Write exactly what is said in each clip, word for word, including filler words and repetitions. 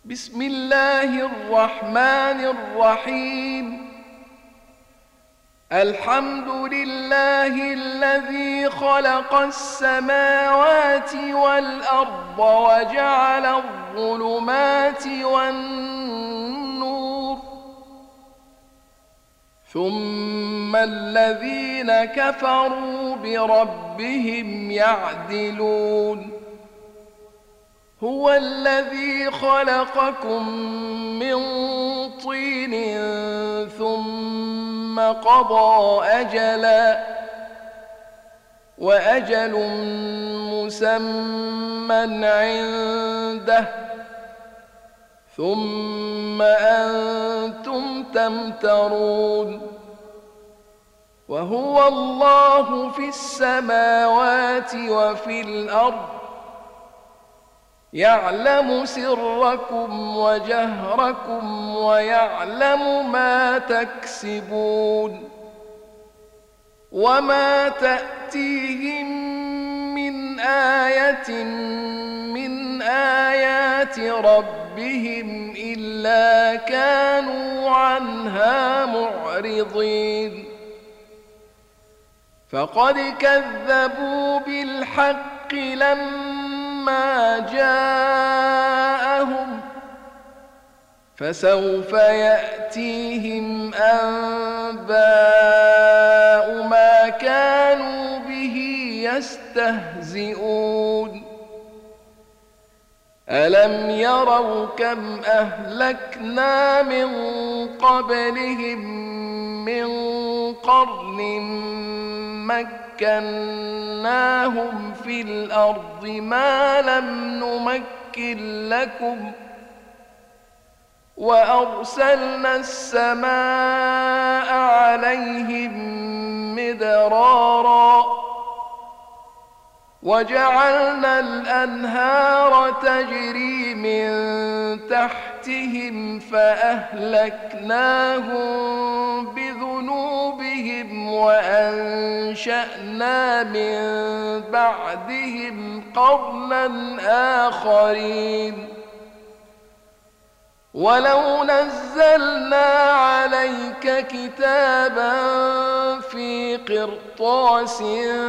بسم الله الرحمن الرحيم. الحمد لله الذي خلق السماوات والأرض وجعل الظلمات والنور، ثم الذين كفروا بربهم يعدلون. هو الذي خلقكم من طين ثم قضى أجلا، وأجل مسمى عنده، ثم أنتم تمترون. وهو الله في السماوات وفي الأرض، يعلم سركم وجهركم ويعلم ما تكسبون. وما تأتيهم من آية من آيات ربهم إلا كانوا عنها معرضين. فقد كذبوا بالحق لما جاءهم، فسوف يأتيهم أنباء ما كانوا به يستهزئون. ألم يروا كم أهلكنا من قبلهم من قرن مكناهم في الأرض ما لم نمكن لكم، وأرسلنا السماء عليهم مدرارا، وجعلنا الأنهار تجري من تحتهم فأهلكناهم بذنوبهم وأنشأنا من بعدهم قرنا آخرين. ولو نزلنا عليك كتابا في قرطاس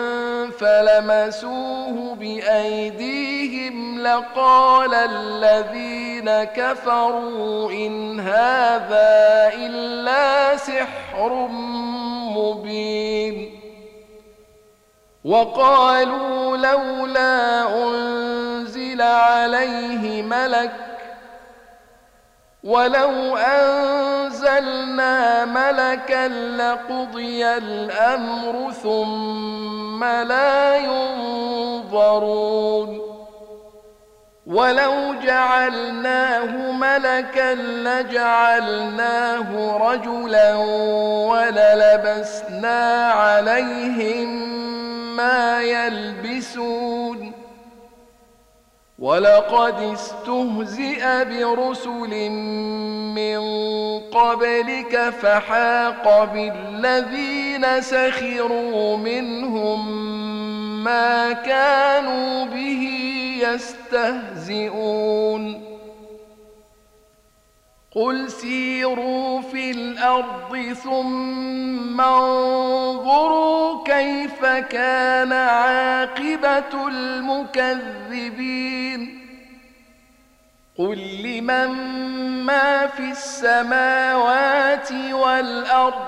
فلمسوه بأيديهم لقال الذين كفروا إن هذا إلا سحر مبين. وقالوا لولا أنزل عليه ملك، ولو أنزلنا ملكا لقضي الأمر ثم لا ينظرون. ولو جعلناه ملكا لجعلناه رجلا وللبسنا عليهم ما يلبسون. ولقد استهزئ برسل من قبلك فحاق بالذين سخروا منهم ما كانوا به يستهزئون. قل سيروا في الأرض ثم انظروا كيف كان عاقبة المكذبين. قل لمن ما في السماوات والأرض،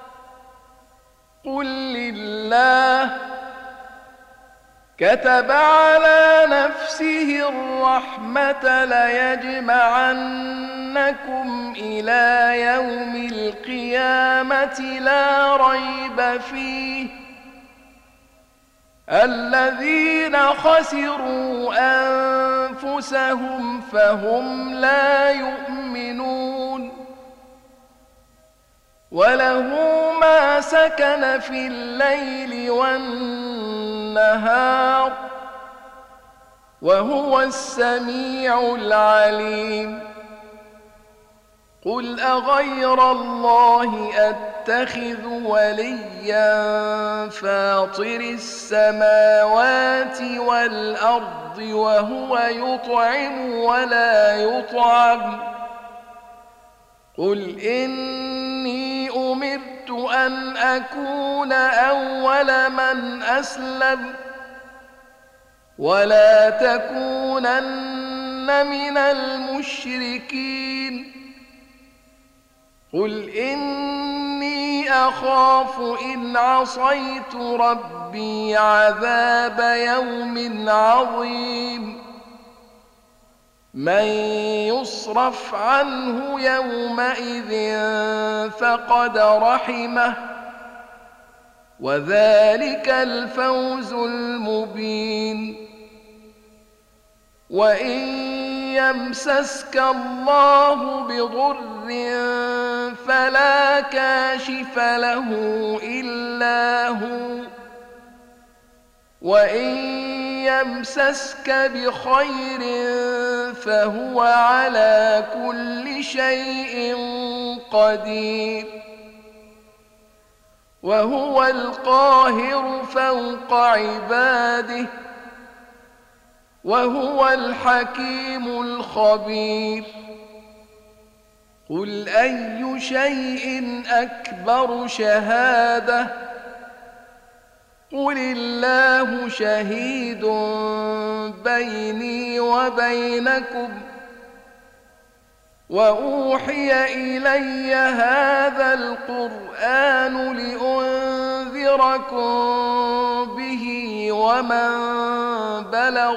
قل لله. كتب على نفسه الرحمة ليجمعنكم إلى يوم القيامة لا ريب فيه. الذين خسروا أنفسهم فهم لا يؤمنون. وله ما سكن في الليل والنهار، وهو السميع العليم. قل أغير الله أتخذ وليا فاطر السماوات والأرض وهو يطعم ولا يطعم قل إني أمرت أن أكون أول من أسلم ولا تكونن من المشركين قل إني أخاف إن عصيت ربي عذاب يوم عظيم من يصرف عنه يومئذ فقد رحمه وذلك الفوز المبين وإن يمسسك الله بضر فلا كاشف له إلا هو وإن يمسسك بخير فهو على كل شيء قدير وهو القاهر فوق عباده وهو الحكيم الخبير قل أي شيء أكبر شهادة قل الله شهيد بيني وبينكم وأوحي إلي هذا القرآن لأنذركم به ومن بلغ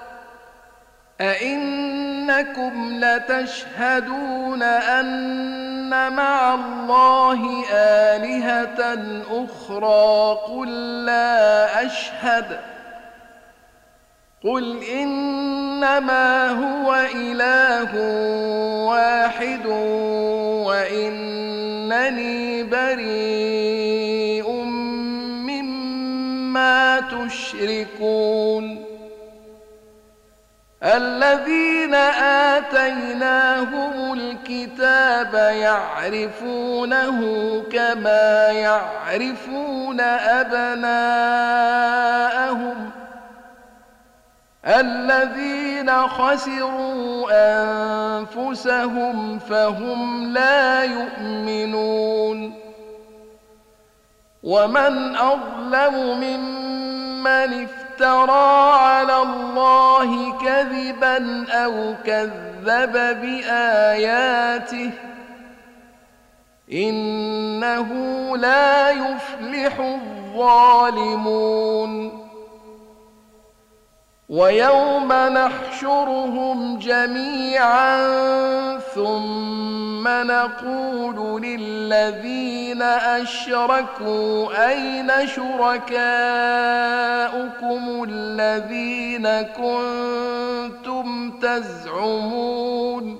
أئنكم لتشهدون أن مع الله آلهة أخرى قل لا أشهد قل إنما هو إله واحد وإنني بريء مما تشركون الذين آتيناهم الكتاب يعرفونه كما يعرفون أبناءهم الذين خسروا أنفسهم فهم لا يؤمنون ومن أظلم ممن افترى على الله كذبا أو كذب بآياته إنه لا يفلح الظالمون ويوم نحشرهم جميعا ثم نقول للذين أشركوا أين شركاؤكم الذين كنتم تزعمون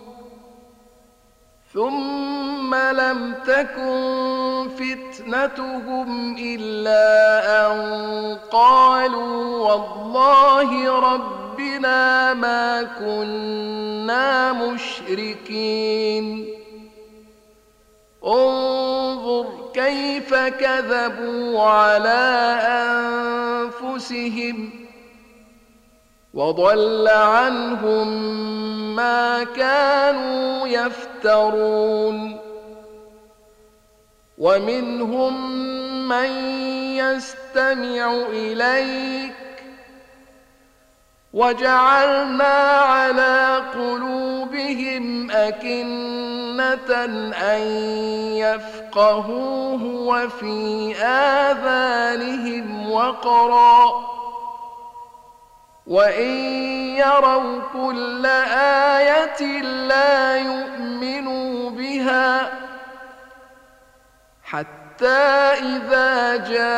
ثم لم تكن فتنتهم إلا أن قالوا والله ربنا ما كنا مشركين انظر كيف كذبوا على أنفسهم وضل عنهم ما كانوا يفترون ومنهم من يستمع إليك وجعلنا على قلوبهم أكنة أن يفقهوه وفي آذانهم وقرا وإن يروا كل آية لا يؤمنوا بها حتى إذا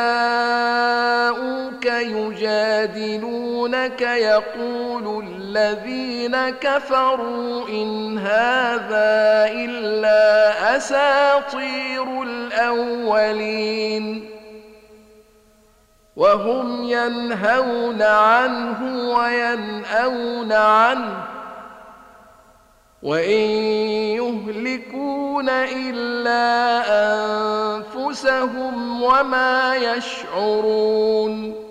جاءوك يجادلونك يقول الذين كفروا إن هذا إلا أساطير الأولين وهم ينهون عنه وينأون عنه وإن يهلكون إلا أنفسهم وما يشعرون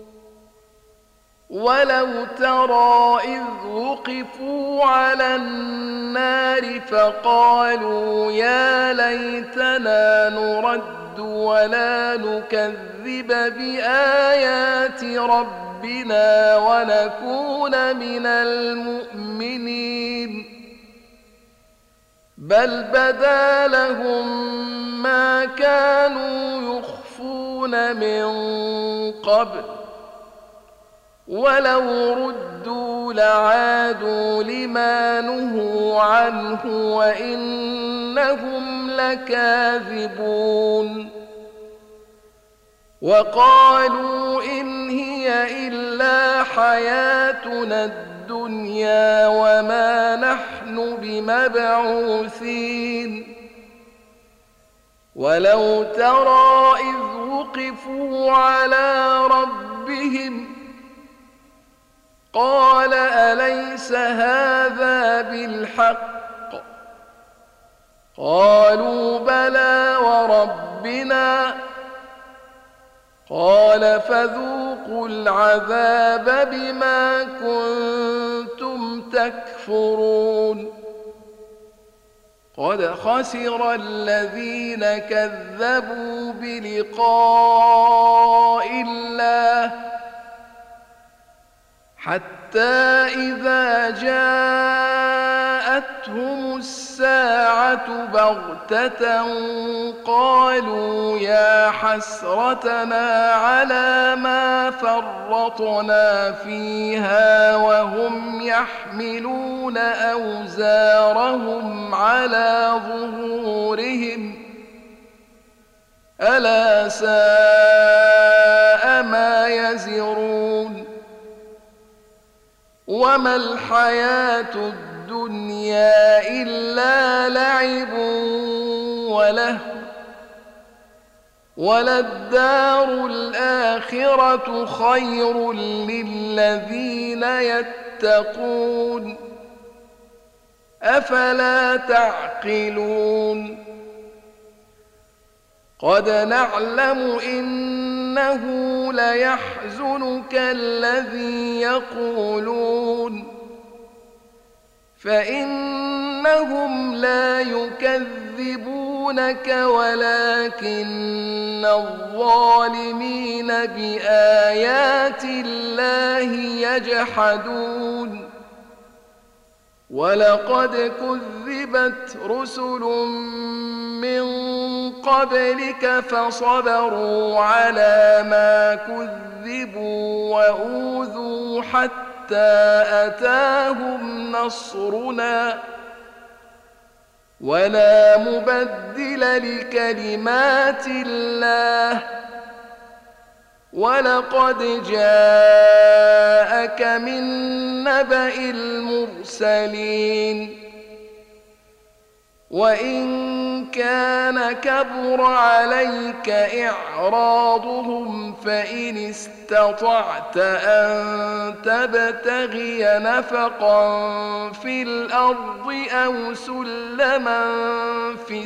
ولو ترى إذ وقفوا على النار فقالوا يا ليتنا نرد ولا نكذب بآيات ربنا ونكون من المؤمنين بل بدا لهم ما كانوا يخفون من قبل ولو ردوا لعادوا لما نهوا عنه وإنهم لكاذبون وقالوا إن هي إلا حياتنا الدنيا وما نحن بمبعوثين ولو ترى إذ وقفوا على ربهم قال أليس هذا بالحق قالوا بلى وربنا قال فذوقوا العذاب بما كنتم تكفرون قد خسر الذين كذبوا بلقاء الله حتى إذا جاءتهم الساعة بغتة قالوا يا حسرتنا على ما فرطنا فيها وهم يحملون أوزارهم على ظهورهم ألا ساء ما يزرون وما الحياة الدنيا إلا لعب ولهو وللدار الآخرة خير للذين يتقون أفلا تعقلون قد نعلم إنه ليحزنك الذي يقولون فإنهم لا يكذبونك ولكن الظالمين بآيات الله يجحدون ولقد كذبت رسل من قبلك فصبروا على ما كذبوا وأوذوا حتى أتاهم نصرنا ولا مبدل لكلمات الله ولقد جاءك من نبأ المرسلين وإن كان كبر عليك إعراضهم فإن استطعت أن تبتغي نفقا في الأرض أو سلما في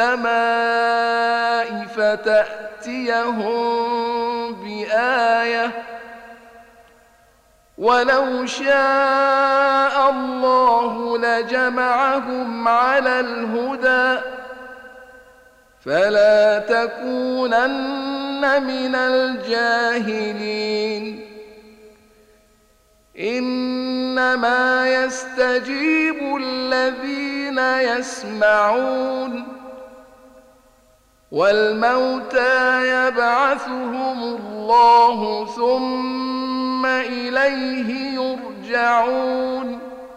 السماء فتأتيهم بآية ولو شاء الله لجمعهم على الهدى فلا تكونن من الجاهلين إنما يستجيب الذين يسمعون والموتى يبعثهم الله ثم إليه يرجعون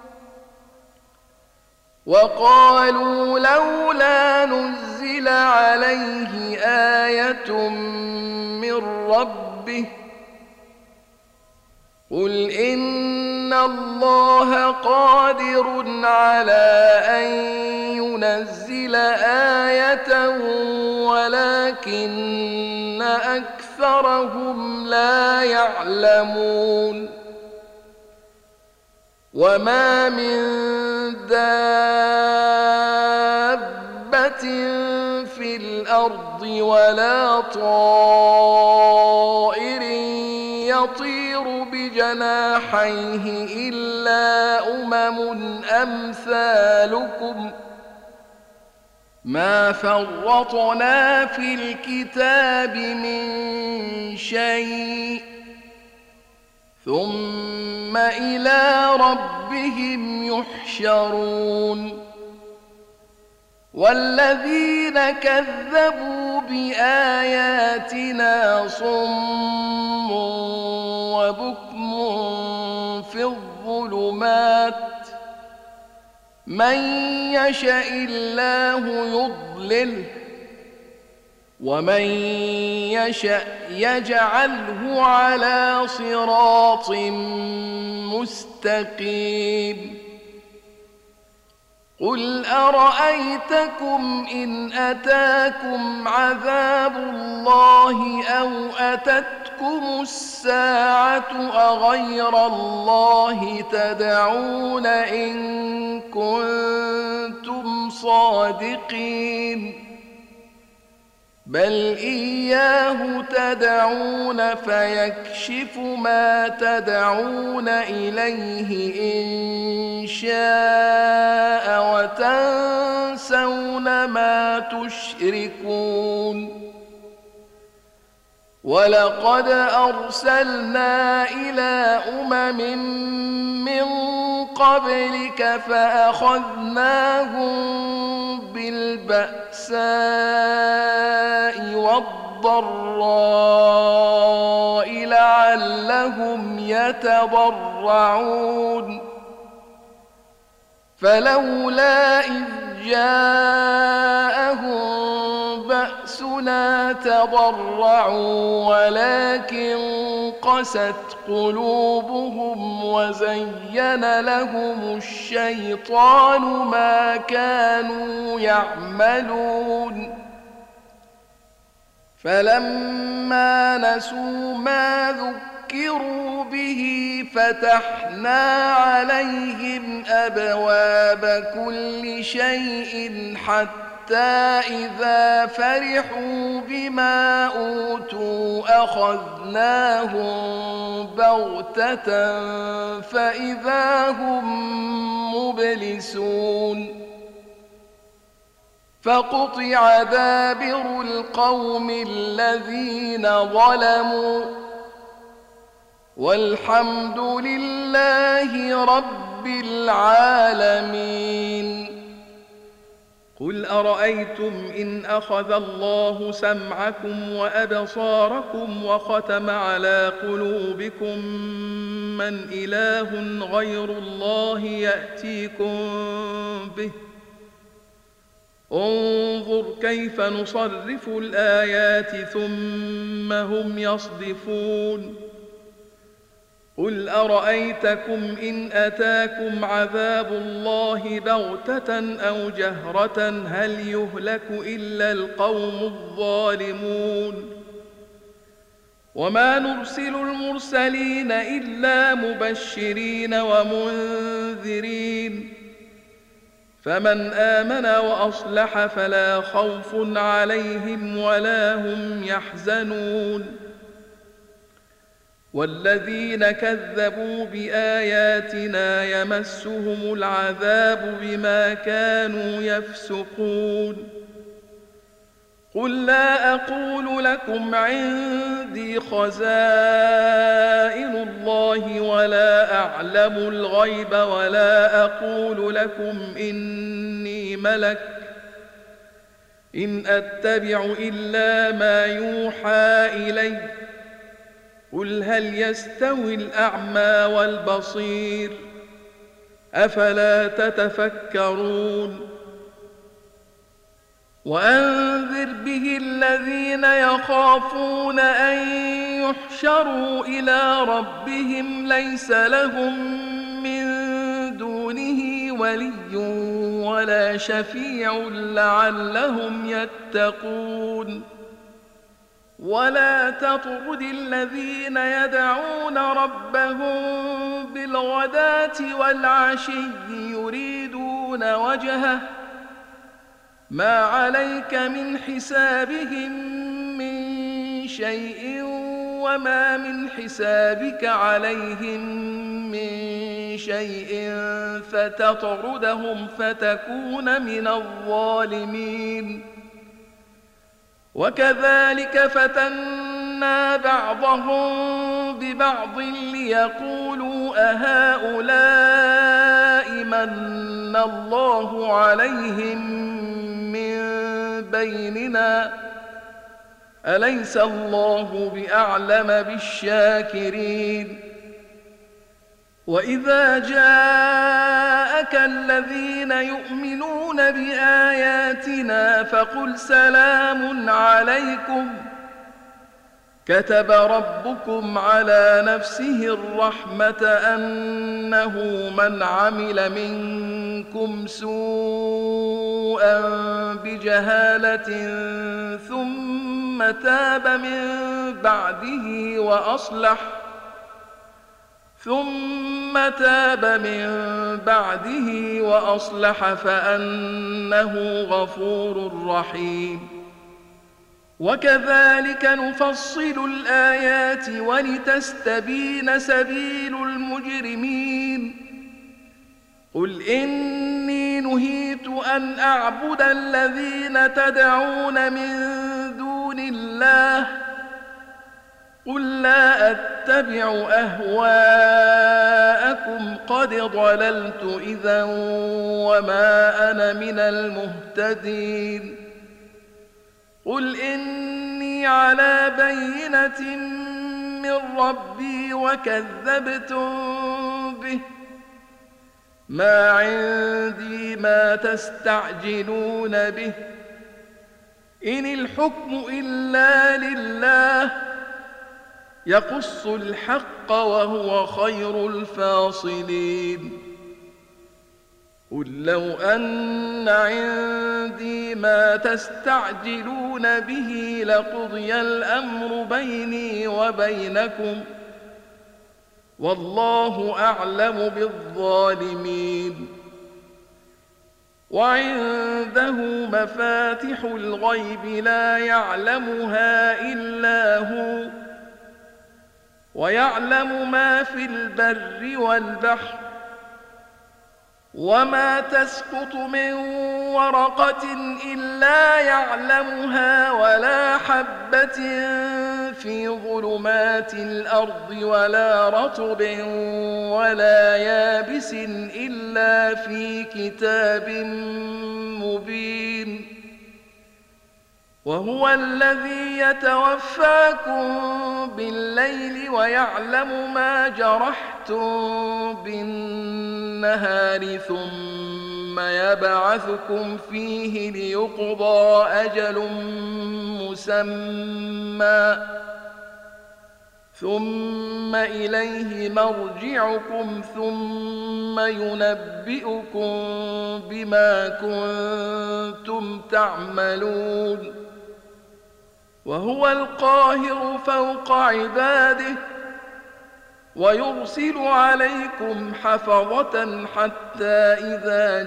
وقالوا لولا نزل عليه آية من ربه قل إن الله قادر على أن ينزل آية ولكن أكثرهم لا يعلمون وما من دابة في الأرض ولا طائر يطير بجناحيه إلا أمم أمثالكم ما فرطنا في الكتاب من شيء ثم إلى ربهم يحشرون والذين كذبوا بآياتنا صم وبكم في الظلمات من يشاء الله يضلله ومن يشاء يجعله على صراط مستقيم قل أرأيتكم إن أتاكم عذاب الله أو أتتكم الساعة أغير الله تدعون إن كنتم صادقين بل إياه تدعون فيكشف ما تدعون إليه إن شاء وتنسون ما تشركون ولقد أرسلنا إلى أمم من قبلك فأخذناهم بالبأساء والضراء لعلهم يتضرعون فلولا إذ جاءهم بأسنا تضرعوا ولكن قست قلوبهم وزين لهم الشيطان ما كانوا يعملون فلما نسوا ما ذكروا به فتحنا عليهم أبواب كل شيء حتى إذا فرحوا بما أوتوا أخذناهم بغتة فإذا هم مبلسون فقطع دابر القوم الذين ظلموا والحمد لله رب العالمين قل أرأيتم إن أخذ الله سمعكم وأبصاركم وختم على قلوبكم من إله غير الله يأتيكم به انظر كيف نصرف الآيات ثم هم يصدفون قل أرأيتكم إن أتاكم عذاب الله بغتة أو جهرة هل يهلك إلا القوم الظالمون وما نرسل المرسلين إلا مبشرين ومنذرين فمن آمن وأصلح فلا خوف عليهم ولا هم يحزنون والذين كذبوا بآياتنا يمسهم العذاب بما كانوا يفسقون قل لا أقول لكم عندي خزائن الله ولا أعلم الغيب ولا أقول لكم إني ملك إن أتبع إلا ما يوحى إلي قل هل يستوي الأعمى والبصير أفلا تتفكرون وأنذر به الذين يخافون أن يحشروا إلى ربهم ليس لهم من دونه ولي ولا شفيع لعلهم يتقون ولا تطرد الذين يدعون ربهم بالغداة والعشي يريدون وجهه ما عليك من حسابهم من شيء وما من حسابك عليهم من شيء فتطردهم فتكون من الظالمين. وكذلك فتنا بعضهم ببعض ليقولوا أهؤلاء من الله عليهم من بيننا أليس الله بأعلم بالشاكرين. وإذا جاءك الذين يؤمنون بآياتنا فقل سلام عليكم كتب ربكم على نفسه الرحمة أنه من عمل منكم سوءا بجهالة ثم تاب من بعده وأصلح ثم تاب من بعده وأصلح فأنه غفور رحيم. وكذلك نفصل الآيات ولتستبين سبيل المجرمين. قل إني نهيت أن أعبد الذين تدعون من دون الله قل لا أتبع أهواءكم قد ضللت إذا وما أنا من المهتدين. قل إني على بينة من ربي وكذبتم به ما عندي ما تستعجلون به إن الحكم إلا لله يقص الحق وهو خير الفاصلين. قل لو أن عندي ما تستعجلون به لقضي الأمر بيني وبينكم والله أعلم بالظالمين. وعنده مفاتح الغيب لا يعلمها إلا هو ويعلم ما في البر والبحر وما تسقط من ورقة إلا يعلمها ولا حبة في ظلمات الأرض ولا رطب ولا يابس إلا في كتاب مبين. وهو الذي يتوفاكم بالليل ويعلم ما جرحتم بالنهار ثم يبعثكم فيه ليقضى أجل مسمى ثم إليه مرجعكم ثم ينبئكم بما كنتم تعملون. وهو القاهر فوق عباده ويرسل عليكم حفظة حتى إذا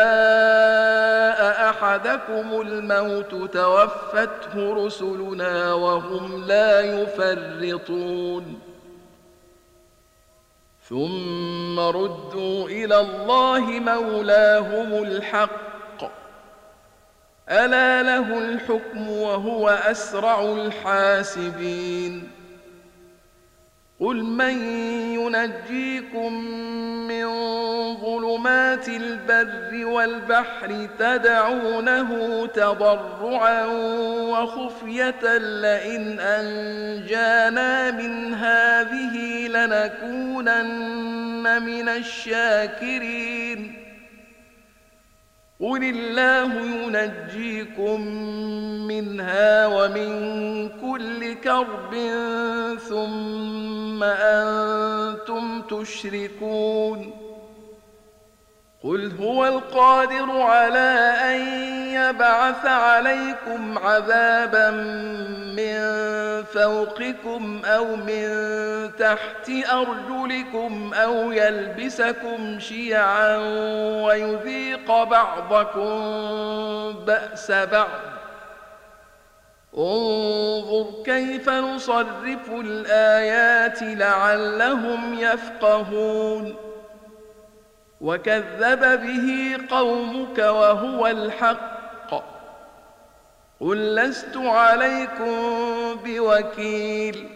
جاء أحدكم الموت توفته رسلنا وهم لا يفرطون ثم ردوا إلى الله مولاهم الحق ألا له الحكم وهو أسرع الحاسبين. قل من ينجيكم من ظلمات البر والبحر تدعونه تضرعا وخفية لئن أنجانا من هذه لنكونن من الشاكرين. قل الله ينجيكم منها ومن كل كرب ثم أنتم تشركون. قل هو القادر على أن يبعث عليكم عذابا من فوقكم أو من تحت أرجلكم أو يلبسكم شيعا ويذيق بعضكم بأس بعض. انظر كيف نصرف الآيات لعلهم يفقهون. وكذب به قومك وهو الحق قل لست عليكم بوكيل.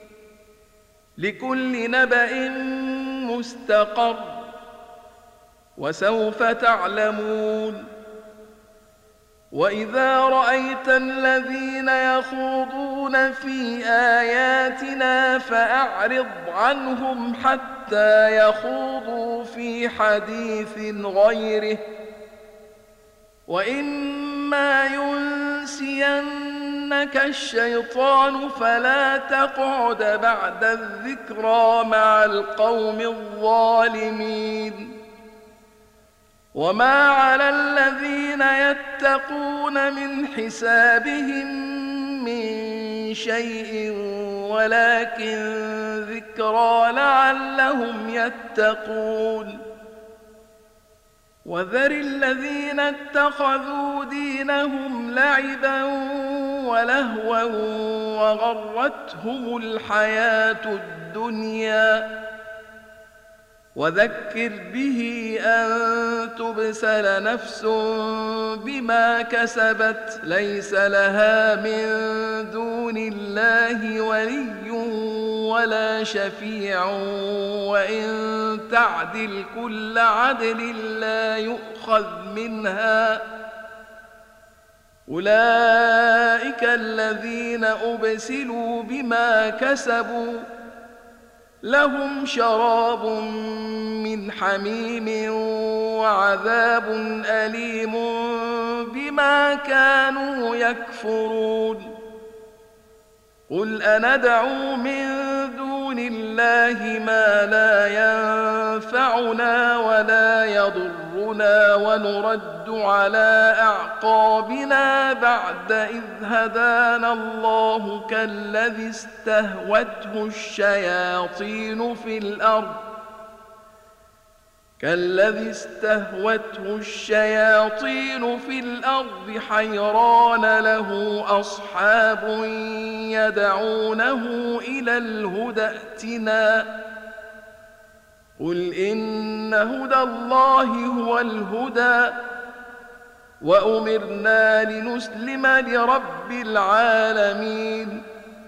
لكل نبأ مستقر وسوف تعلمون. وإذا رأيت الذين يخوضون في آياتنا فأعرض عنهم حتى يخوضوا في حديث غيره وإما ينسينك الشيطان فلا تقعد بعد الذكرى مع القوم الظالمين. وما على الذين يتقون من حسابهم من شيء ولكن ذكرى لعلهم يتقون. وذر الذين اتخذوا دينهم لعبا ولهوا وغرتهم الحياة الدنيا وذكر به أن تبسل نفس بما كسبت ليس لها من دون الله ولي ولا شفيع وإن تعدل كل عدل لا يؤخذ منها. أولئك الذين أبسلوا بما كسبوا لهم شراب من حميم وعذاب أليم بما كانوا يكفرون. قل أندعو من دون الله ما لا ينفعنا ولا يضرنا ونرد على أعقابنا بعد إذ هدانا الله كالذي استهوته الشياطين في الأرض كالذي استهوته الشياطين في الأرض حيران له أصحاب يدعونه إلى الهدى ائتنا. قل إن هدى الله هو الهدى وأمرنا لنسلم لرب العالمين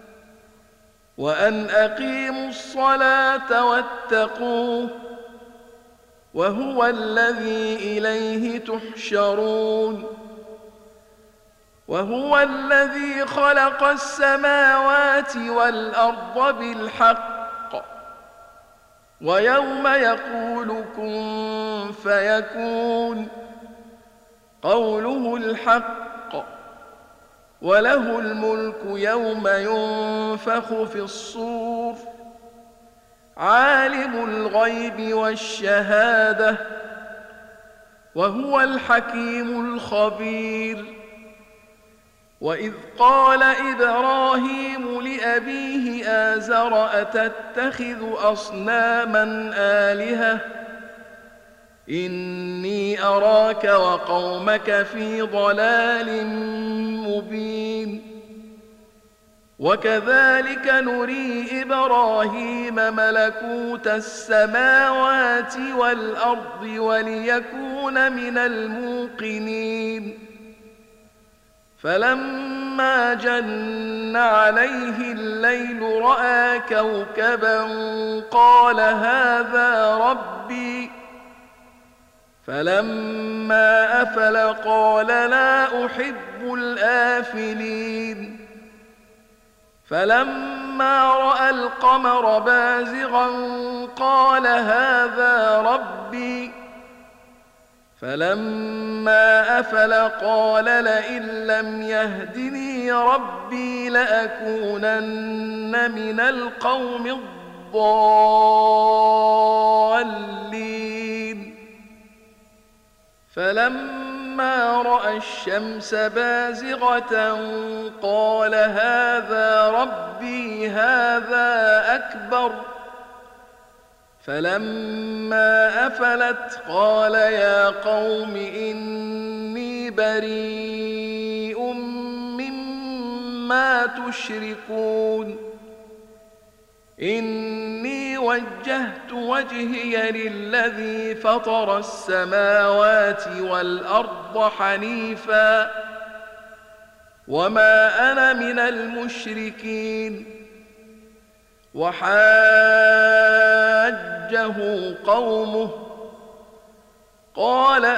وأن أقيموا الصلاة واتقوه وهو الذي إليه تحشرون. وهو الذي خلق السماوات والأرض بالحق ويوم يقول كن فيكون قوله الحق وله الملك يوم ينفخ في الصور عالم الغيب والشهادة وهو الحكيم الخبير. وإذ قال إبراهيم لأبيه آزر أتتخذ أصناما آلهة إني أراك وقومك في ضلال مبين. وكذلك نري إبراهيم ملكوت السماوات والأرض وليكون من الموقنين. فلما جن عليه الليل رأى كوكبا قال هذا ربي فلما أفل قال لا أحب الآفلين. فلما رأى القمر بازغا قال هذا ربي فلما أفل قال لئن لم يهدني ربي لأكونن من القوم الضالين. فلما فلما رأى الشمس بازغة قال هذا ربي هذا أكبر فلما أفلت قال يا قوم إني بريء مما تشركون إني وجهت وجهي للذي فطر السماوات والأرض حنيفا وما أنا من المشركين وحاجه قومه قال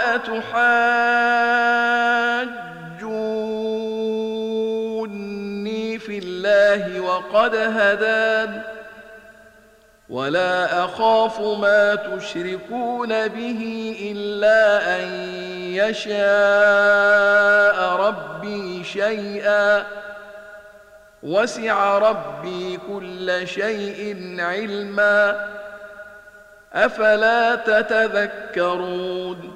أتحاجوني في الله وقد هدان ولا أخاف ما تشركون به إلا أن يشاء ربي شيئا وسع ربي كل شيء علما أفلا تتذكرون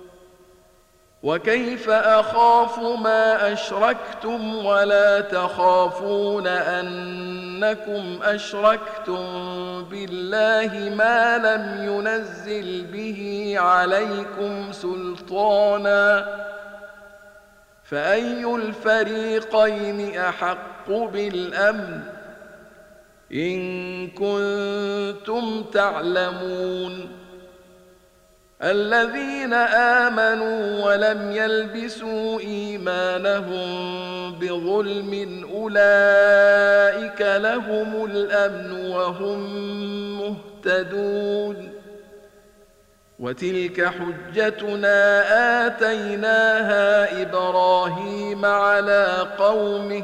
وكيف أخاف ما أشركتم ولا تخافون أنكم أشركتم بالله ما لم ينزل به عليكم سلطانا فأي الفريقين أحق بالأمن إن كنتم تعلمون الذين آمنوا ولم يلبسوا إيمانهم بظلم أولئك لهم الأمن وهم مهتدون وتلك حجتنا آتيناها إبراهيم على قومه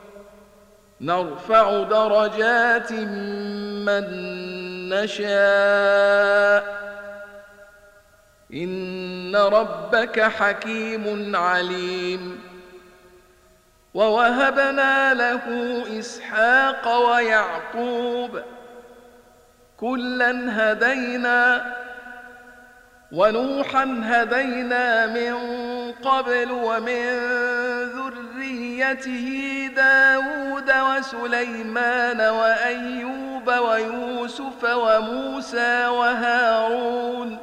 نرفع درجات من نشاء إن ربك حكيم عليم ووهبنا له إسحاق ويعقوب كلا هدينا ونوحا هدينا من قبل ومن ذريته داود وسليمان وأيوب ويوسف وموسى وهارون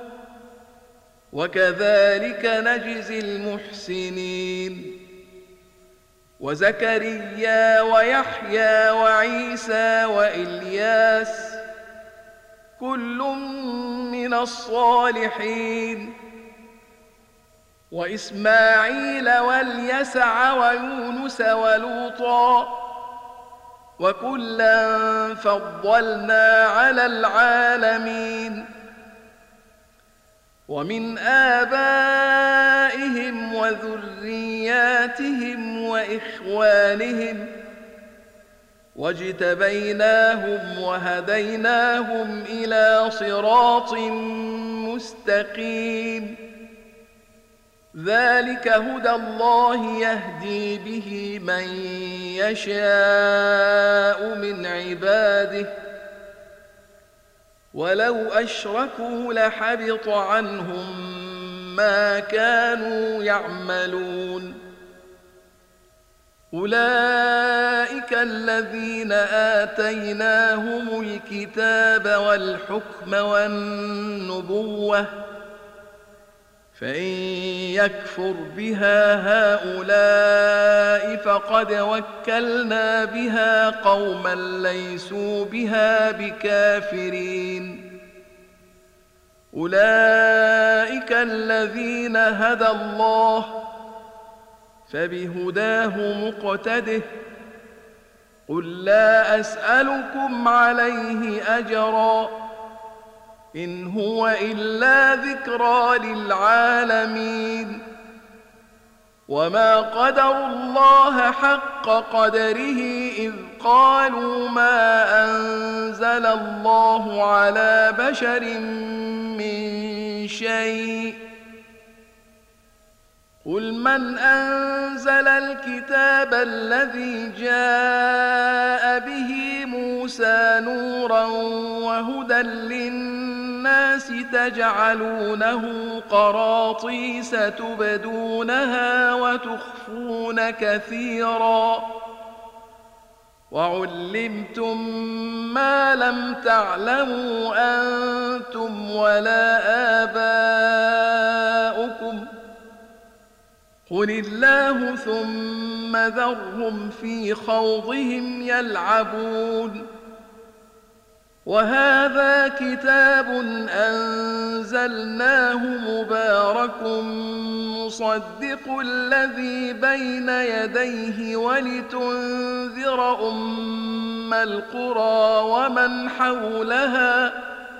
وكذلك نجزي المحسنين وزكريا ويحيى وعيسى وإلياس كل من الصالحين وإسماعيل واليسع ويونس ولوطا وكلا فضلنا على العالمين ومن آبائهم وذرياتهم وإخوانهم واجتبيناهم وهديناهم إلى صراط مستقيم ذلك هدى الله يهدي به من يشاء من عباده ولو أشركوا لحبط عنهم ما كانوا يعملون أولئك الذين آتيناهم الكتاب والحكم والنبوة فإن يكفر بها هؤلاء فقد وكلنا بها قوما ليسوا بها بكافرين أولئك الذين هدى الله فبهداه مقتده قل لا أسألكم عليه أجرا إن هو إلا ذكرى للعالمين وما قدروا الله حق قدره إذ قالوا ما أنزل الله على بشر من شيء قل من أنزل الكتاب الذي جاء به موسى نورا وهدى للناس الناس تجعلونه قراطيس تبدونها وتخفون كثيرا وعلمتم ما لم تعلموا أنتم ولا آباؤكم قل الله ثم ذرهم في خوضهم يلعبون وهذا كتاب أنزلناه مبارك مصدق الذي بين يديه ولتنذر أم القرى ومن حولها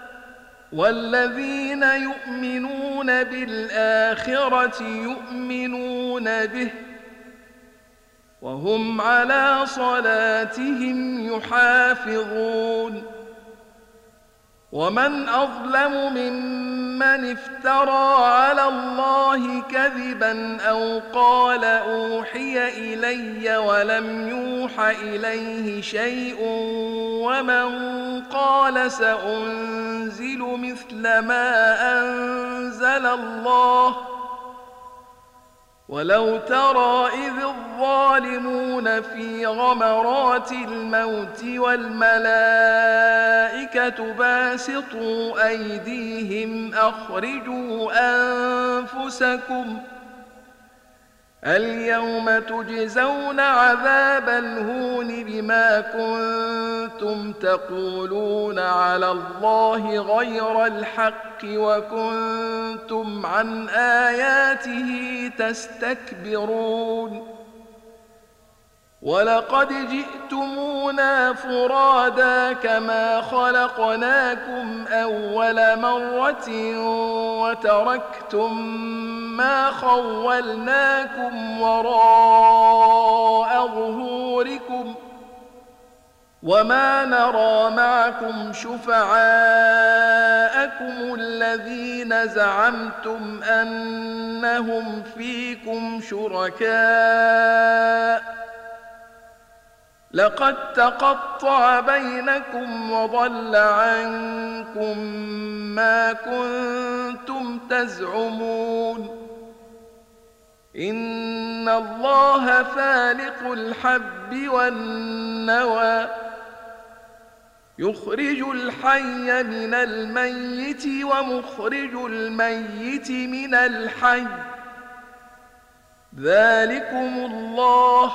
والذين يؤمنون بالآخرة يؤمنون به وهم على صلاتهم يحافظون ومن أظلم ممن افترى على الله كذبا أو قال أوحي إلي ولم يوح إليه شيء ومن قال سأنزل مثل ما أنزل الله ولو ترى إذ الظالمون في غمرات الموت والملائكة باسطوا أيديهم أخرجوا أنفسكم اليوم تجزون عذاب الهون بما كنتم تقولون على الله غير الحق وكنتم عن آياته تستكبرون ولقد جئتمونا فرادا كما خلقناكم أول مرة وتركتم ما خولناكم وراء ظهوركم وما نرى معكم شفعاءكم الذين زعمتم أنهم فيكم شركاء لقد تقطع بينكم وضل عنكم ما كنتم تزعمون إن الله فالق الحب والنوى يخرج الحي من الميت ومخرج الميت من الحي ذلكم الله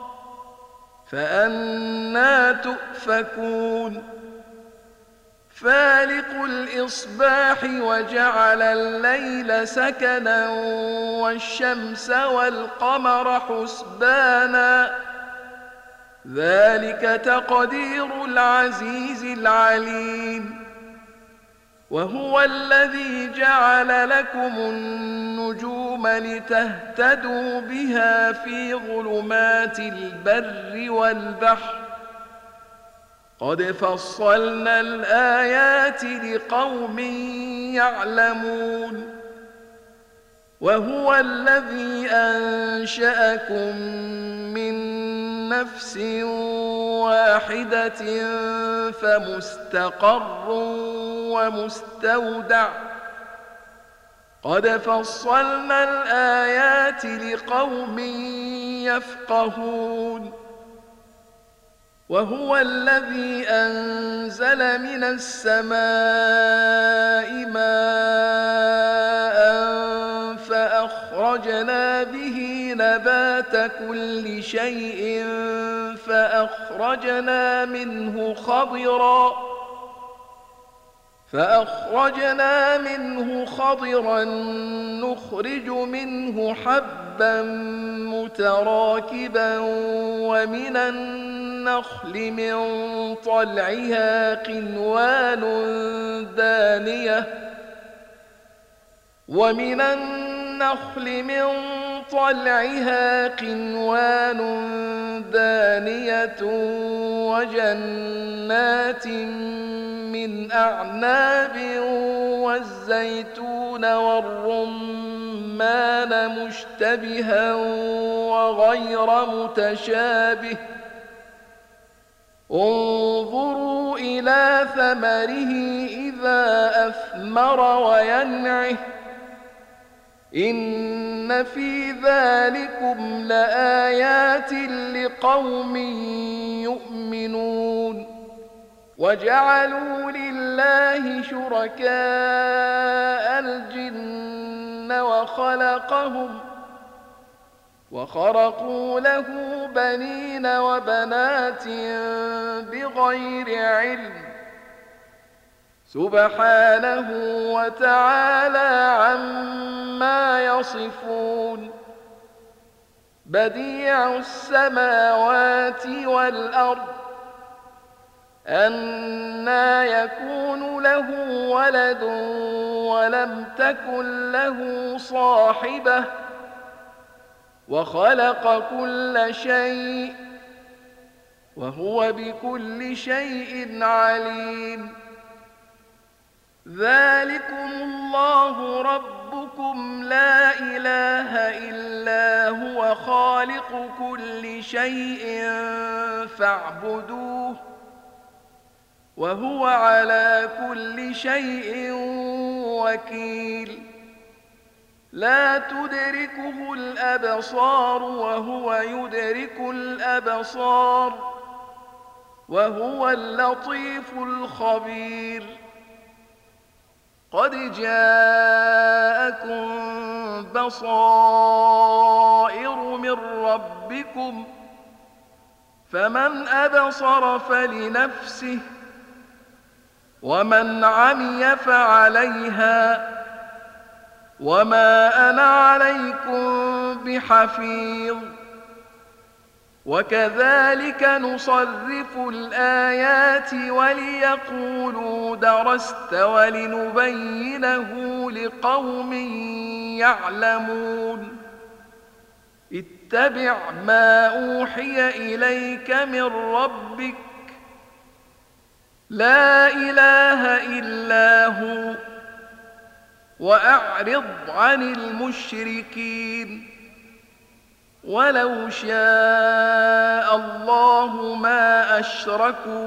فأنى تؤفكون فالق الإصباح وجعل الليل سكنا والشمس والقمر حسبانا ذلك تقدير العزيز العليم وهو الذي جعل لكم النجوم لتهتدوا بها في ظلمات البر والبحر قد فصلنا الآيات لقوم يعلمون وهو الذي أنشأكم من نفس واحدة فمستقر ومستودع قد فصلنا الآيات لقوم يفقهون وهو الذي أنزل من السماء ماء فأخرجنا به نبات كل شيء فأخرجنا منه خضرا فأخرجنا منه خضرا نخرج منه حبا متراكبا ومن النخل من طلعها قنوان دانية ومن النخل من طلعها قنوان دانية وجنات من أعناب والزيتون والرمان مشتبها وغير متشابه انظروا إلى ثمره إذا أثمر وينعه إن في ذلكم لآيات لقوم يؤمنون وجعلوا لله شركاء الجن وخلقهم وخرقوا له بنين وبنات بغير علم سبحانه وتعالى عما يصفون بديع السماوات والأرض أنى يكون له ولد ولم تكن له صاحبة وخلق كل شيء وهو بكل شيء عليم ذلكم الله ربكم لا إله إلا هو خالق كل شيء فاعبدوه وهو على كل شيء وكيل لا تدركه الأبصار وهو يدرك الأبصار وهو اللطيف الخبير قد جاءكم بصائر من ربكم فمن أبصر فلنفسه ومن عمي فعليها وما أنا عليكم بحفيظ وكذلك نصرف الآيات وليقولوا درست ولنبينه لقوم يعلمون اتبع ما أوحي إليك من ربك لا إله إلا هو وأعرض عن المشركين ولو شاء الله ما أشركوا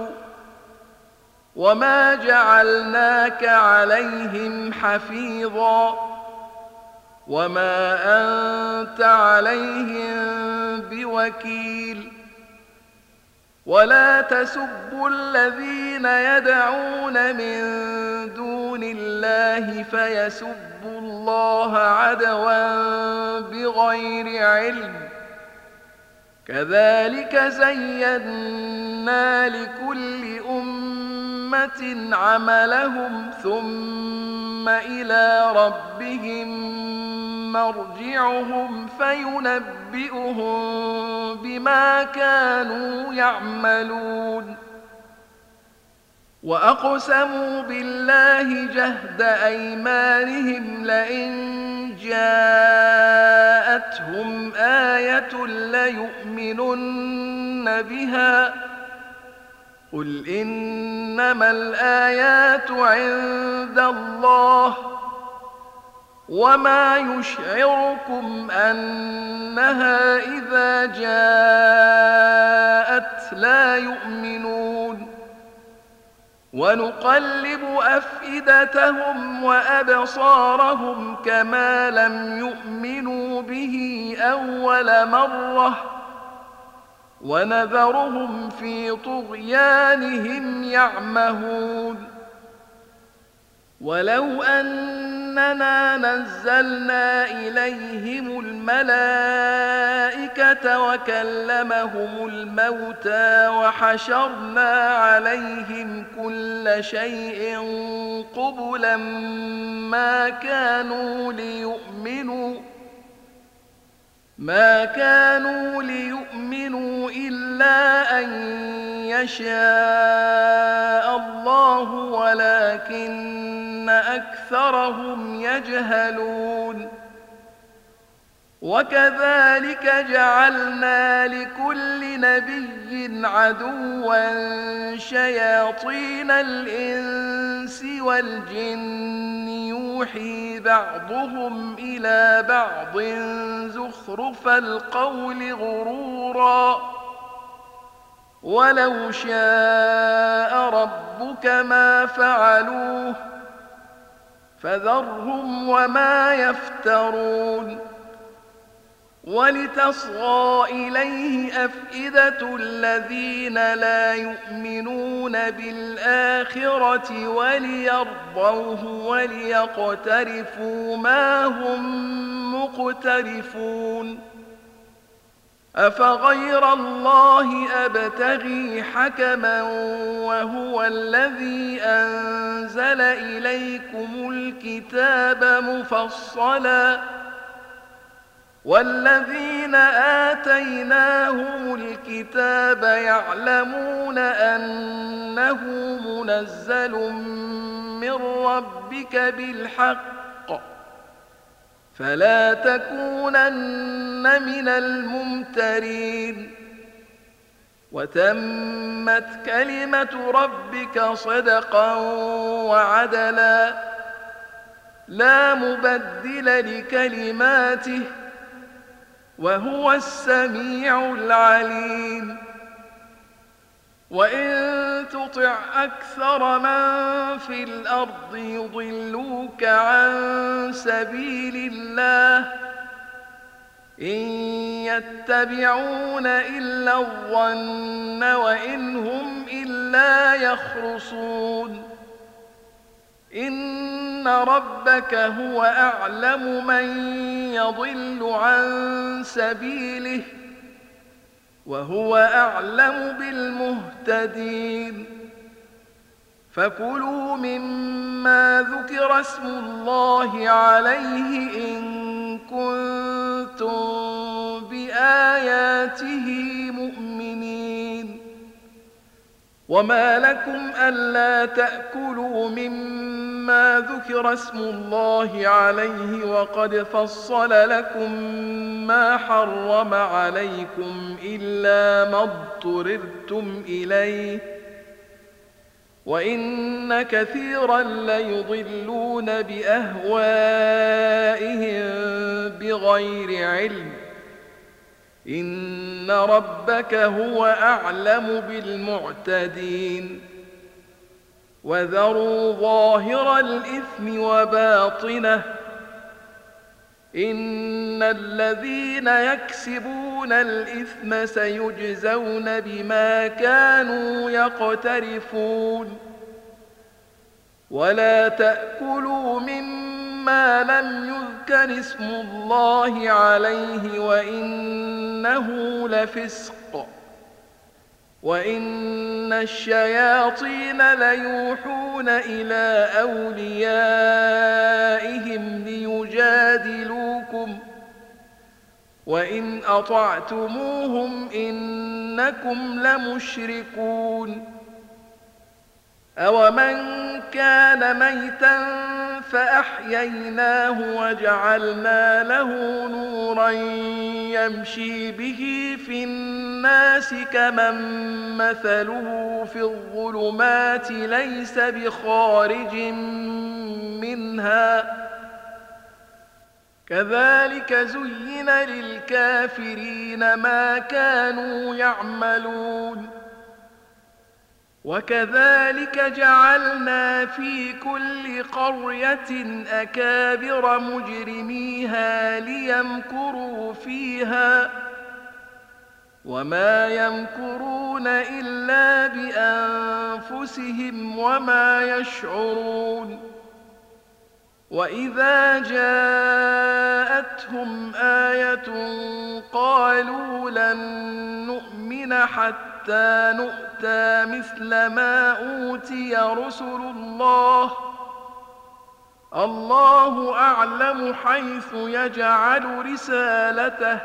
وما جعلناك عليهم حفيظا وما أنت عليهم بوكيل ولا تسبوا الذين يدعون من دون الله فيسبوا الله عدوا بغير علم كذلك زينا لكل أمة عملهم ثم إلى ربهم مرجعهم فينبئهم بما كانوا يعملون وأقسموا بالله جهد أيمانهم لئن جاءتهم آية ليؤمنن بها قل إنما الآيات عند الله وما يشعركم أنها إذا جاءت لا يؤمنون ونقلب أفئدتهم وأبصارهم كما لم يؤمنوا به أول مرة ونذرهم في طغيانهم يعمهون ولو أننا نزلنا إليهم الملائكة وكلمهم الموتى وحشرنا عليهم كل شيء قبلا ما كانوا ليؤمنوا ما كانوا ليؤمنوا إلا أن يشاء الله ولكن أكثرهم يجهلون وكذلك جعلنا لكل نبي عدوا شياطين الإنس والجن يوحي بعضهم إلى بعض زخرف القول غرورا ولو شاء ربك ما فعلوه فذرهم وما يفترون ولتصغى إليه أفئدة الذين لا يؤمنون بالآخرة وليرضوه وليقترفوا ما هم مقترفون أفغير الله أبتغي حكما وهو الذي أنزل إليكم الكتاب مفصلا والذين آتيناهم الكتاب يعلمون أنه منزل من ربك بالحق فلا تكونن من الممترين وتمت كلمة ربك صدقا وعدلا لا مبدل لكلماته وهو السميع العليم وإن تطع أكثر من في الأرض يضلوك عن سبيل الله إن يتبعون إلا الظن وإن هم إلا يخرصون إن ربك هو أعلم من يضل عن سبيله وهو أعلم بالمهتدين فكلوا مما ذكر اسم الله عليه إن كنتم بآياته مؤمنين وما لكم ألا تأكلوا مما ذكر اسم الله عليه وقد فصل لكم ما حرم عليكم إلا ما اضطررتم إليه وإن كثيرا ليضلون بأهوائهم بغير علم إن ربك هو أعلم بالمعتدين وذروا ظاهر الإثم وباطنه إن الذين يكسبون الإثم سيجزون بما كانوا يقترفون ولا تأكلوا مما لم يذكر اسم الله عليه وإنه لفسق وإن الشياطين ليوحون إلى أوليائهم ليجادلوكم وإن أطعتموهم إنكم لمشركون أومن كان ميتا فأحييناه وجعلنا له نورا يمشي به في الناس كمن مثله في الظلمات ليس بخارج منها كذلك زين للكافرين ما كانوا يعملون وكذلك جعلنا في كل قرية أكابر مجرميها ليمكروا فيها وما يمكرون إلا بأنفسهم وما يشعرون وإذا جاءتهم آية قالوا لن نؤمن حتى نؤتى مثل ما أوتي رسل الله الله أعلم حيث يجعل رسالته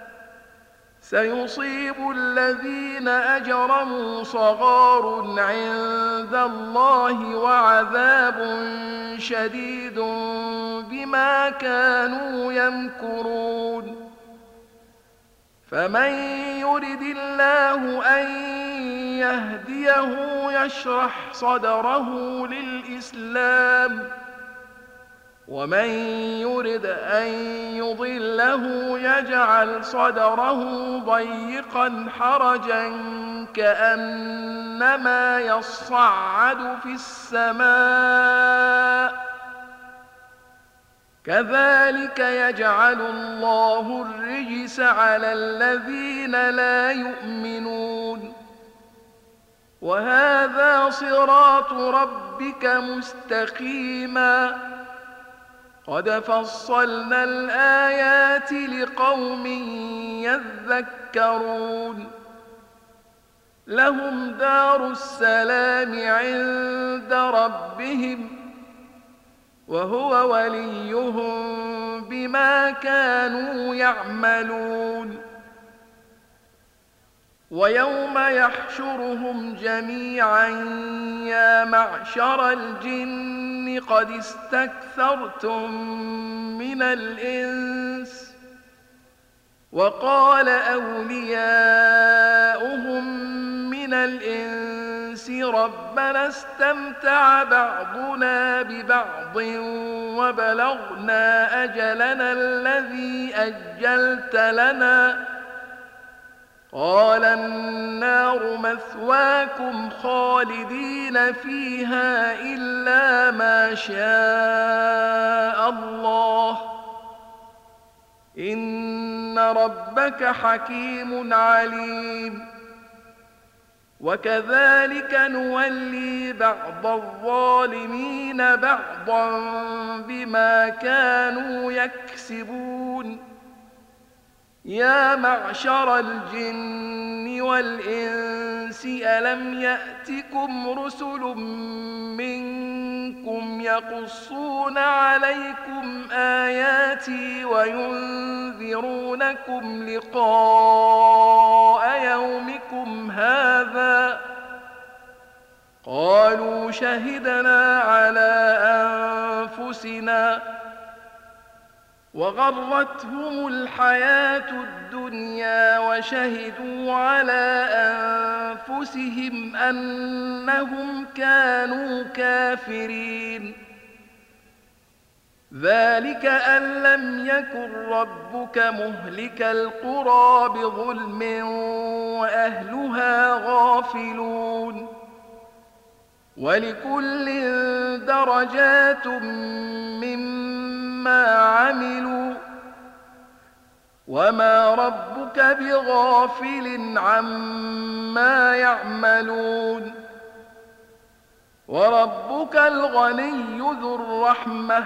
سيصيب الذين أجرموا صغار عند الله وعذاب شديد بما كانوا يمكرون فمن يرد الله أن يهديه يشرح صدره للإسلام ومن يرد أن يضله يجعل صدره ضيقا حرجا كأنما يصعد في السماء كذلك يجعل الله الرجس على الذين لا يؤمنون وهذا صراط ربك مستقيما قد فصلنا الآيات لقوم يذكرون لهم دار السلام عند ربهم وهو وليهم بما كانوا يعملون ويوم يحشرهم جميعا يا معشر الجن قد استكثرتم من الإنس وقال أولياؤهم من الإنس ربنا استمتع بعضنا ببعض وبلغنا أجلنا الذي أجلت لنا قال النار مثواكم خالدين فيها إلا ما شاء الله إن ربك حكيم عليم وكذلك نولي بعض الظالمين بعضا بما كانوا يكسبون يا معشر الجن والإنس ألم يأتكم رسل منكم يقصون عليكم آياتي وينذرونكم لقاء يومكم هذا قالوا شهدنا على أنفسنا وغرتهم الحياة الدنيا وشهدوا على أنفسهم أنهم كانوا كافرين ذلك أن لم يكن ربك مهلك القرى بظلم وأهلها غافلون ولكل درجات مما عملوا وما ربك بغافل عما يعملون وربك الغني ذو الرحمة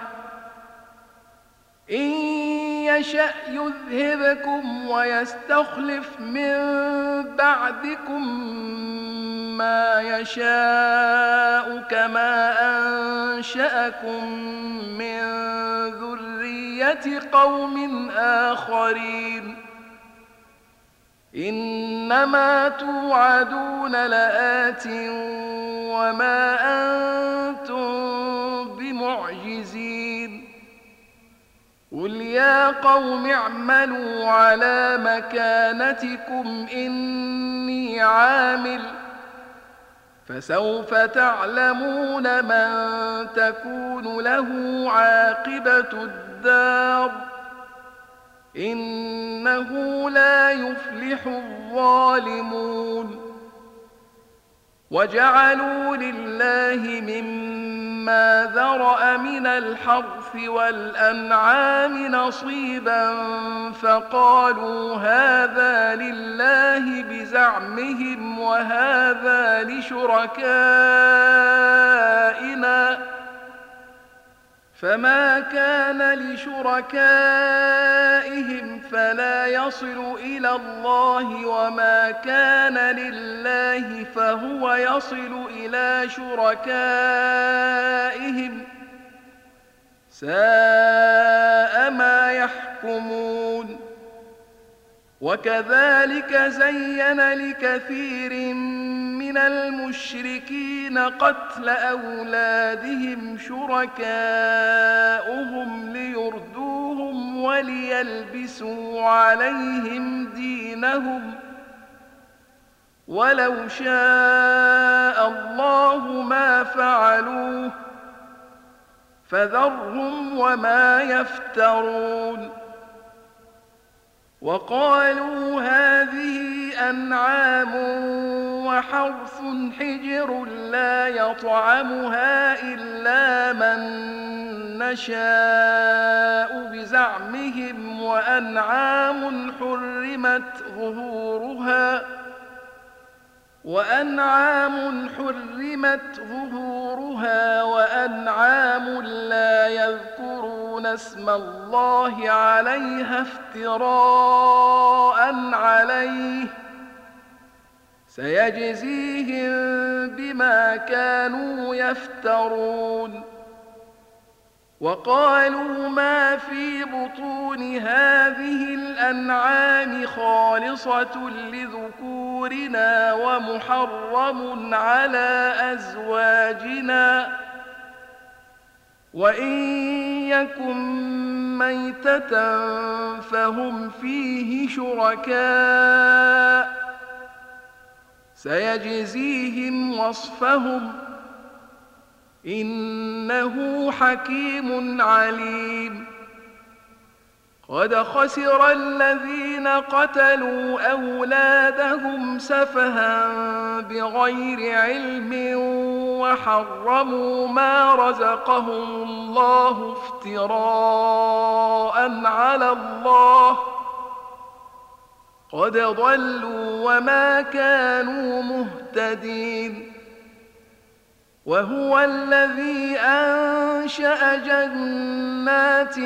إن يشأ يذهبكم ويستخلف من بعدكم ما يشاء كما أنشأكم من ذرية قوم آخرين إنما توعدون لآت وما أنتم بمعجزين قل يا قوم اعملوا على مكانتكم إني عامل فسوف تعلمون من تكون له عاقبة الدار إنه لا يفلح الظالمون وجعلوا لله مما ذرأ من الحرث والأنعام نصيبا فقالوا هذا لله بزعمهم وهذا لشركائنا فما كان لشركائهم فلا يصل إلى الله وما كان لله فهو يصل إلى شركائهم ساء ما يحكمون وكذلك زين لكثير من المشركين قتل أولادهم شركاؤهم ليردوهم وليلبسوا عليهم دينهم ولو شاء الله ما فعلوه فذرهم وما يفترون. وقالوا هذه أنعام وحرث حجر لا يطعمها إلا من نشاء بزعمهم وأنعام حرمت ظهورها وأنعام حرمت ظهورها وأنعام لا يذكرون اسم الله عليها افتراء عليه سيجزيهم بما كانوا يفترون. وقالوا ما في بطون هذه الأنعام خالصة لذكورنا ومحرم على أزواجنا وإن يكن ميتة فهم فيه شركاء سيجزيهم وصفهم إنه حكيم عليم. قد خسر الذين قتلوا أولادهم سفها بغير علم وحرموا ما رزقهم الله افتراء على الله قد ضلوا وما كانوا مهتدين. وهو الذي أنشأ جنات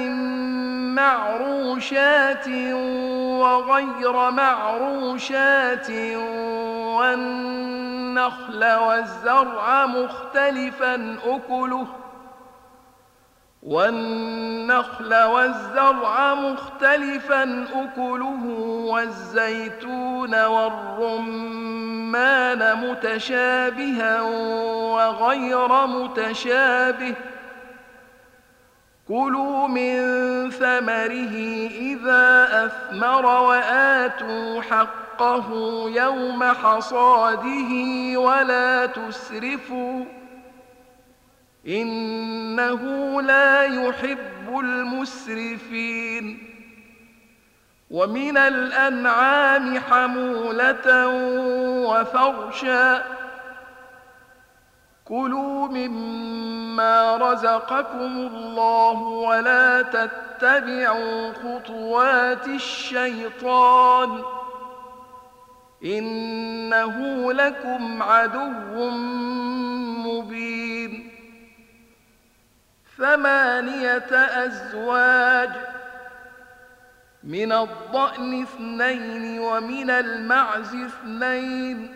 معروشات وغير معروشات والنخل والزرع مختلفا أكله والنخل والزرع مختلفا أكله والزيتون والرمان متشابها وغير متشابه كلوا من ثمره إذا أثمر وآتوا حقه يوم حصاده ولا تسرفوا إنه لا يحب المسرفين. ومن الأنعام حمولة وفرشا كلوا مما رزقكم الله ولا تتبعوا خطوات الشيطان إنه لكم عدو مبين. ثمانية أزواج من الضأن اثنين ومن المعز اثنين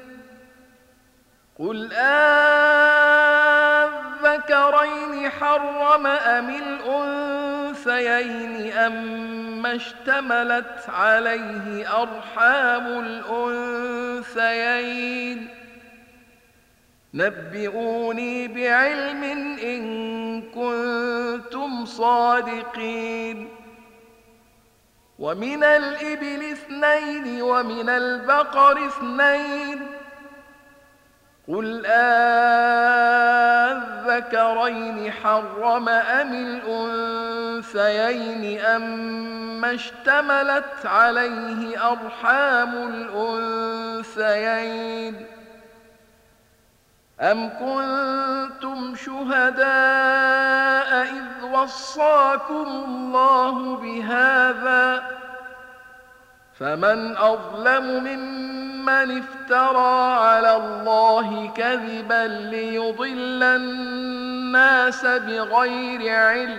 قل أذكرين حرم أم الأنثيين أما اشتملت عليه أرحام الأنثيين نبئوني بعلم إن كنتم صادقين. ومن الإبل اثنين ومن البقر اثنين قل أذكرين حرم أم الأنثيين أما اشتملت عليه أرحام الأنثيين أم كنتم شهداء إذ وصاكم الله بهذا فمن أظلم ممن افترى على الله كذبا ليضل الناس بغير علم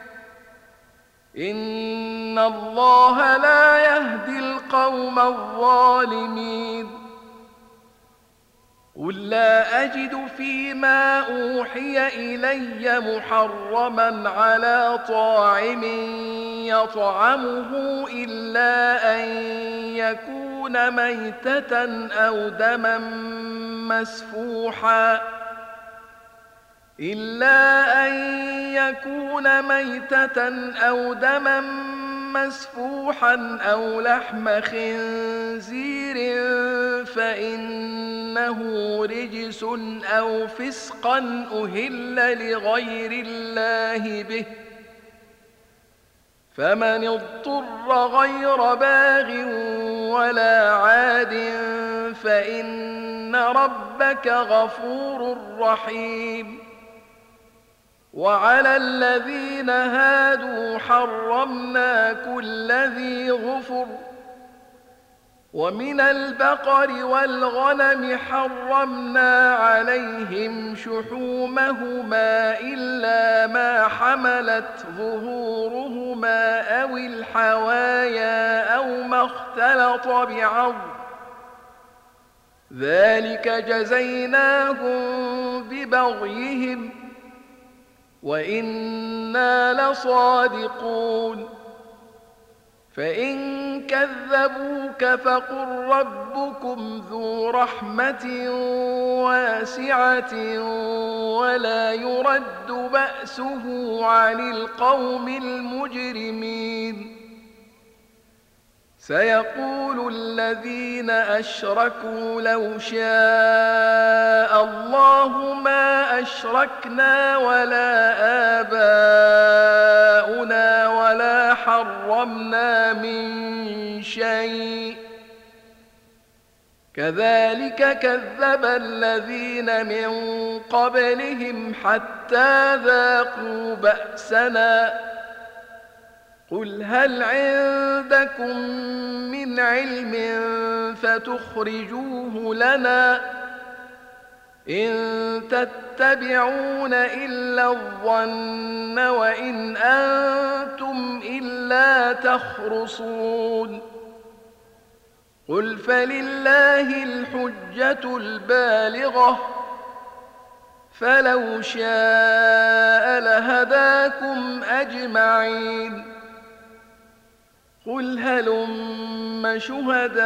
إن الله لا يهدي القوم الظالمين. قل لا أجد فيما أوحي إلي محرما على طاعم يطعمه إلا أن يكون ميتة أو دما مسفوحا إلا أن يكون ميتة أو دما مسفوحا أو لحم خنزير فإنه إنه رجس أو فسقا أهل لغير الله به، فمن اضطر غير باغ ولا عاد فإن ربك غفور رحيم. وعلى الذين هادوا حرمنا كل ذي ظفر، ومن البقر والغنم حرمنا عليهم شحومهما إلا ما حملت ظهورهما أو الحوايا أو ما اختلط بعظم، ذلك جزيناهم ببغيهم وإنا لصادقون. فإن كذبوك فقل ربكم ذو رحمة واسعة ولا يرد بأسه عن القوم المجرمين. سيقول الذين أشركوا لو شاء الله ما أشركنا ولا آباؤنا ولا حرمنا من شيء، كذلك كذب الذين من قبلهم حتى ذاقوا بأسنا. قل هل عندكم من علم فتخرجوه لنا؟ إن تتبعون إلا الظن وإن أنتم إلا تخرصون. قل فلله الحجة البالغة، فلو شاء لهداكم أجمعين. قل هلم شهداءكم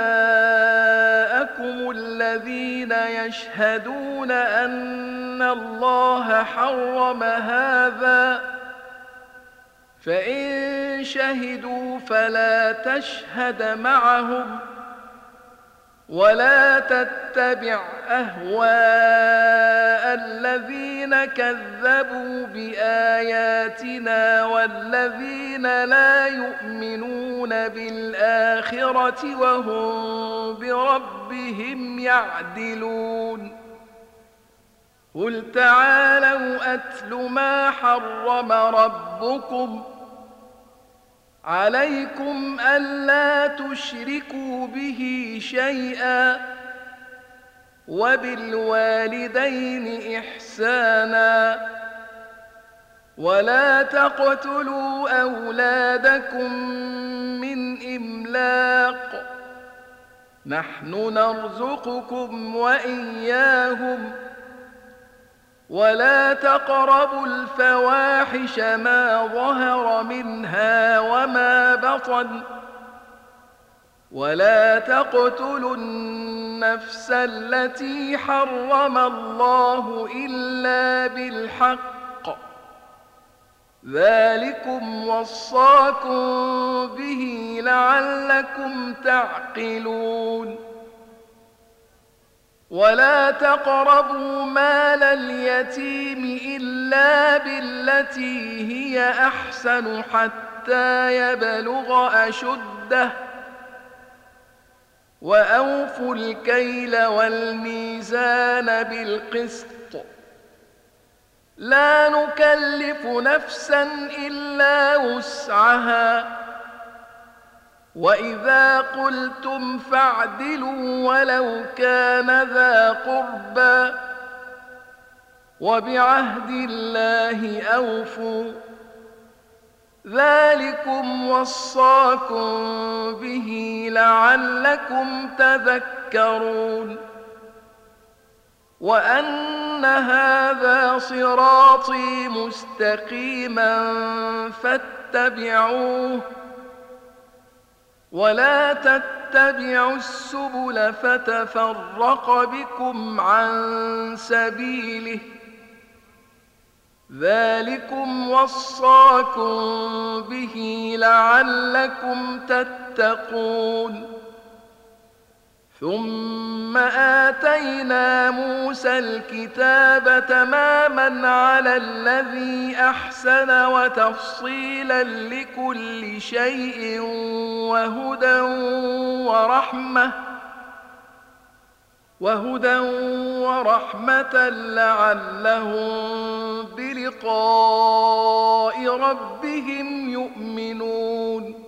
الذين يشهدون أن الله حرم هذا، فإن شهدوا فلا تشهد معهم ولا تتبع أهواء الذين كذبوا بآياتنا والذين لا يؤمنون بالآخرة وهم بربهم يعدلون. قل تعالوا أتل ما حرم ربكم عليكم ألا تشركوا به شيئا وبالوالدين إحسانا ولا تقتلوا أولادكم من إملاق، نحن نرزقكم وإياهم، ولا تقربوا الفواحش ما ظهر منها وما بطن، ولا تقتلوا النفس التي حرم الله إلا بالحق، ذلكم وصاكم به لعلكم تعقلون. ولا تقربوا مال اليتيم إلا بالتي هي أحسن حتى يبلغ أشده، وأوفوا الكيل والميزان بالقسط، لا نكلف نفسا إلا وسعها، وإذا قلتم فاعدلوا ولو كان ذا قربى، وبعهد الله أوفوا، ذلكم وصاكم به لعلكم تذكرون. وأن هذا صراطي مستقيما فاتبعوه ولا تتبعوا السبل فتفرق بكم عن سبيله، ذلكم وصاكم به لعلكم تتقون. ثم آتينا موسى الكتاب تماما على الذي أحسن وتفصيلا لكل شيء وهدى ورحمة وهدى ورحمة لعلهم بلقاء ربهم يؤمنون.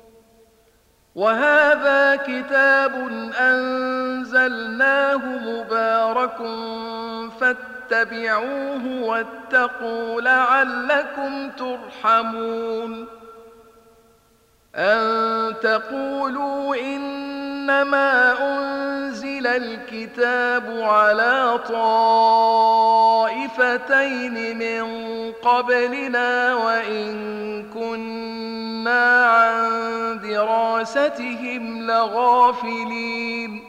وهذا كتاب أنزلناه مبارك فاتبعوه واتقوا لعلكم ترحمون. أن تقولوا إنما أنزل الكتاب على طائفتين من قبلنا وإن كنا عن دراستهم لغافلين.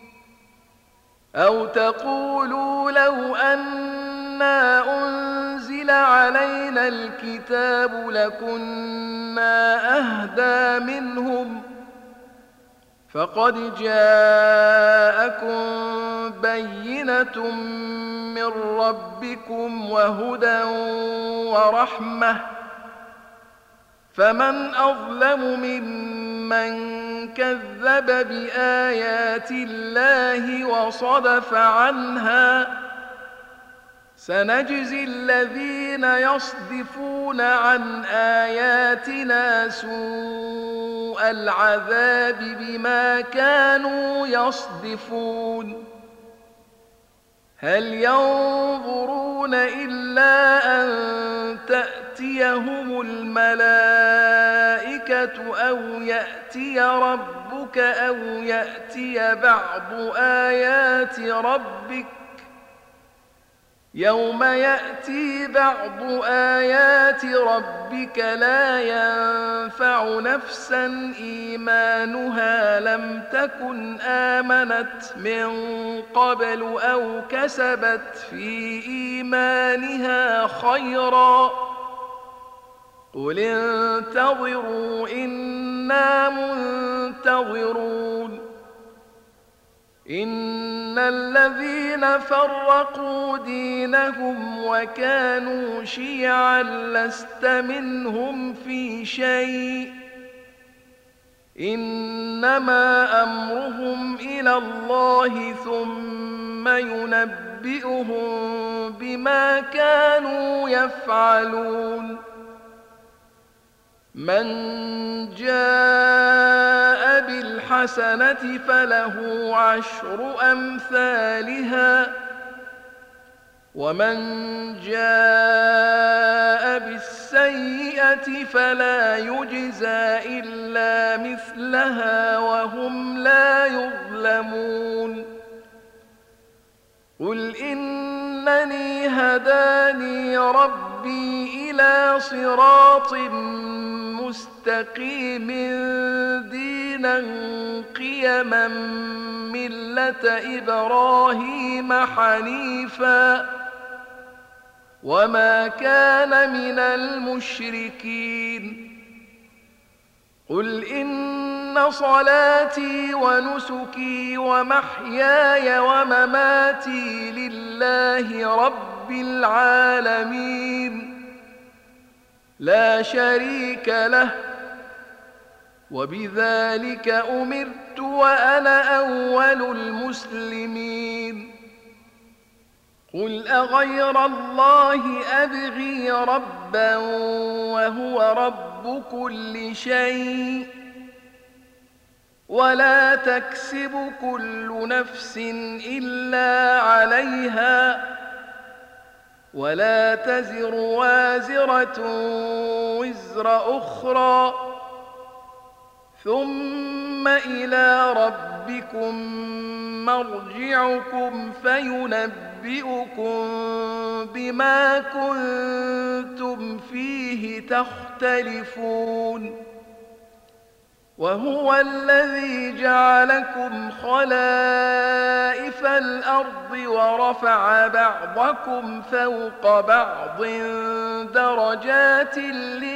أو تقولوا لو أنا أنزل علينا الكتاب لكنا أهدى منهم فقد جاءكم بينة من ربكم وهدى ورحمة فمن أظلم ممن كذب بآيات الله وصدف عنها سنجزي الذين يصدفون عن آياتنا سوء العذاب بما كانوا يصدفون. هل ينظرون إلا أن تأتيهم الملائكة أو يأتي ربك أو يأتي بعض آيات ربك يوم يأتي بعض آيات ربك لا ينفع نفسا إيمانها لم تكن آمنت من قبل أو كسبت في إيمانها خيرا قل انتظروا إنا منتظرون. إن الذين فرقوا دينهم وكانوا شيعا لست منهم في شيء إنما أمرهم إلى الله ثم ينبئهم بما كانوا يفعلون. من جاء بالحسنة فله عشر أمثالها ومن جاء بالسيئة فلا يجزى إلا مثلها وهم لا يظلمون. قل إنني هداني ربي إلى صراط مستقيم دينا قيما ملة إبراهيم حنيفا وما كان من المشركين. قل إن صلاتي ونسكي ومحياي ومماتي لله رب العالمين لا شريك له وبذلك أمرت وأنا أول المسلمين. قل أغير الله أبغي ربا وهو رب كل شيء ولا تكسب كل نفس إلا عليها ولا تزر وازرة وزر أخرى ثم إلى ربكم مرجعكم فينبئكم بما كنتم فيه تختلفون. وهو الذي جعلكم خلائف الأرض ورفع بعضكم فوق بعض درجات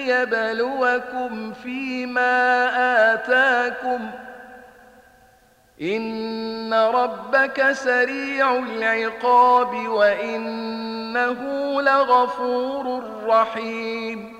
ليبلوكم فيما آتاكم إن ربك سريع العقاب وإنه لغفور رحيم